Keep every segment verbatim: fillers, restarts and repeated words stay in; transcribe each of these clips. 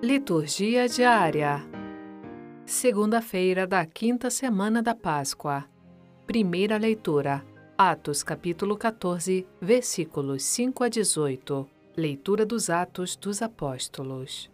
Liturgia diária. Segunda-feira da quinta semana da Páscoa. Primeira leitura. Atos capítulo quatorze, versículos cinco a dezoito. Leitura dos Atos dos Apóstolos.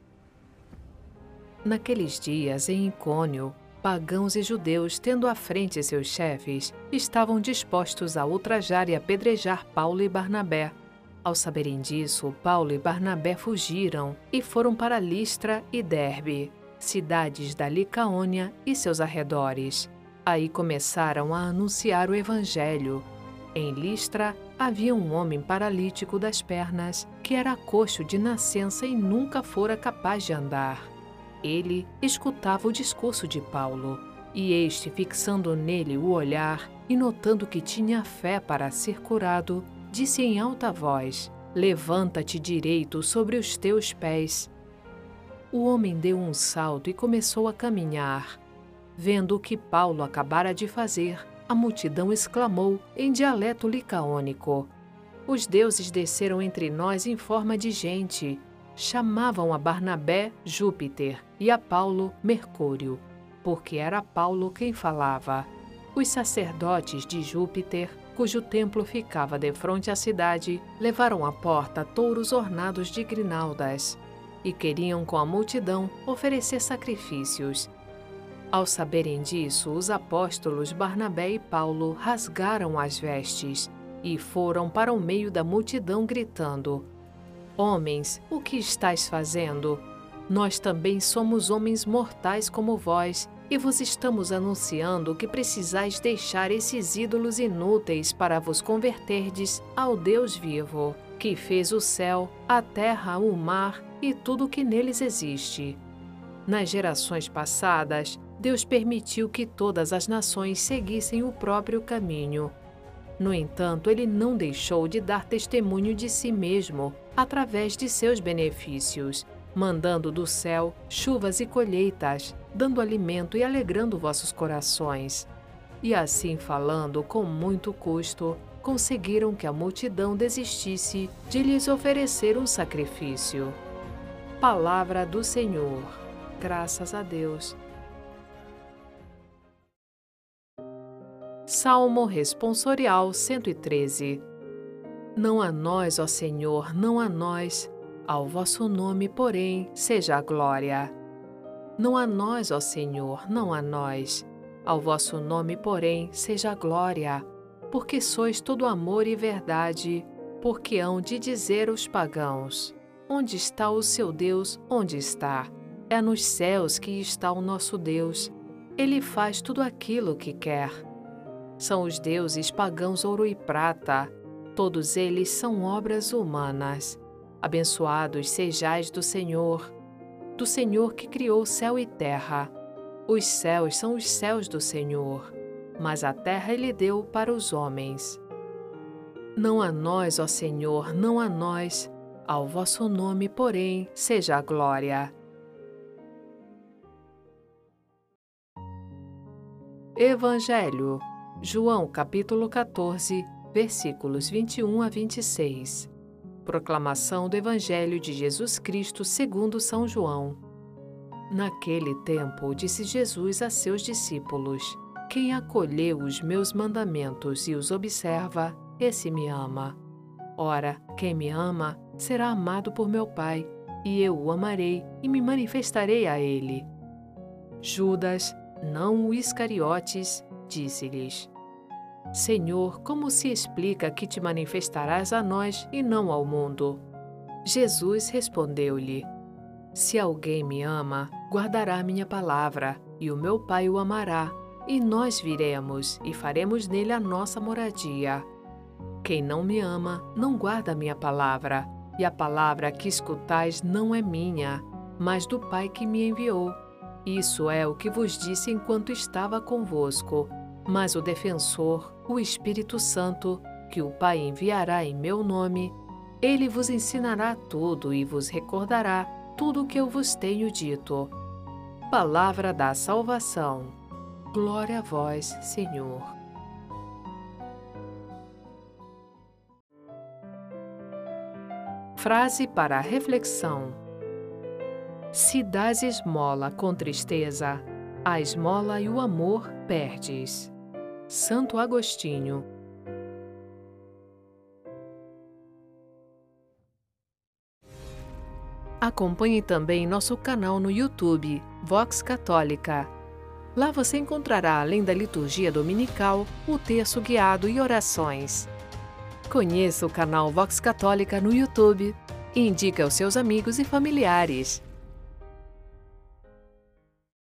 Naqueles dias, em Icônio, pagãos e judeus, tendo à frente seus chefes, estavam dispostos a ultrajar e apedrejar Paulo e Barnabé. Ao saberem disso, Paulo e Barnabé fugiram e foram para Listra e Derbe, cidades da Licaônia e seus arredores. Aí começaram a anunciar o Evangelho. Em Listra havia um homem paralítico das pernas, que era coxo de nascença e nunca fora capaz de andar. Ele escutava o discurso de Paulo, e este, fixando nele o olhar e notando que tinha fé para ser curado, disse em alta voz: "Levanta-te direito sobre os teus pés." O homem deu um salto e começou a caminhar. Vendo o que Paulo acabara de fazer, a multidão exclamou em dialeto licaônico: "Os deuses desceram entre nós em forma de gente." Chamavam a Barnabé Júpiter e a Paulo Mercúrio, porque era Paulo quem falava. Os sacerdotes de Júpiter, cujo templo ficava defronte à cidade, levaram à porta touros ornados de grinaldas e queriam com a multidão oferecer sacrifícios. Ao saberem disso, os apóstolos Barnabé e Paulo rasgaram as vestes e foram para o meio da multidão gritando: "Homens, o que estáis fazendo? Nós também somos homens mortais como vós, e vos estamos anunciando que precisais deixar esses ídolos inúteis para vos converterdes ao Deus vivo, que fez o céu, a terra, o mar e tudo o que neles existe. Nas gerações passadas, Deus permitiu que todas as nações seguissem o próprio caminho. No entanto, ele não deixou de dar testemunho de si mesmo através de seus benefícios, mandando do céu chuvas e colheitas, dando alimento e alegrando vossos corações." E assim falando, com muito custo, conseguiram que a multidão desistisse de lhes oferecer um sacrifício. Palavra do Senhor. Graças a Deus. Salmo Responsorial cento e treze. Não a nós, ó Senhor, não a nós, ao vosso nome, porém, seja a glória. Não a nós, ó Senhor, não a nós, ao vosso nome, porém, seja a glória, porque sois todo amor e verdade, porque hão de dizer os pagãos: onde está o seu Deus, onde está? É nos céus que está o nosso Deus, ele faz tudo aquilo que quer. São os deuses pagãos ouro e prata, todos eles são obras humanas. Abençoados sejais do Senhor, do Senhor que criou céu e terra. Os céus são os céus do Senhor, mas a terra ele deu para os homens. Não a nós, ó Senhor, não a nós, ao vosso nome, porém, seja a glória. Evangelho. João capítulo quatorze, versículos vinte e um a vinte e seis. Proclamação do Evangelho de Jesus Cristo segundo São João. Naquele tempo, disse Jesus a seus discípulos: "Quem acolheu os meus mandamentos e os observa, esse me ama. Ora, quem me ama, será amado por meu Pai, e eu o amarei e me manifestarei a ele." Judas, não o Iscariotes, disse-lhes: "Senhor, como se explica que te manifestarás a nós e não ao mundo?" Jesus respondeu-lhe: "Se alguém me ama, guardará minha palavra, e o meu Pai o amará, e nós viremos e faremos nele a nossa moradia. Quem não me ama, não guarda minha palavra, e a palavra que escutais não é minha, mas do Pai que me enviou. Isso é o que vos disse enquanto estava convosco. Mas o defensor, o Espírito Santo, que o Pai enviará em meu nome, ele vos ensinará tudo e vos recordará tudo o que eu vos tenho dito." Palavra da salvação. Glória a vós, Senhor. Frase para a reflexão. Se dás esmola com tristeza, a esmola e o amor perdes. Santo Agostinho. Acompanhe também nosso canal no YouTube, Vox Católica. Lá você encontrará, além da liturgia dominical, o terço guiado e orações. Conheça o canal Vox Católica no YouTube e indique aos seus amigos e familiares.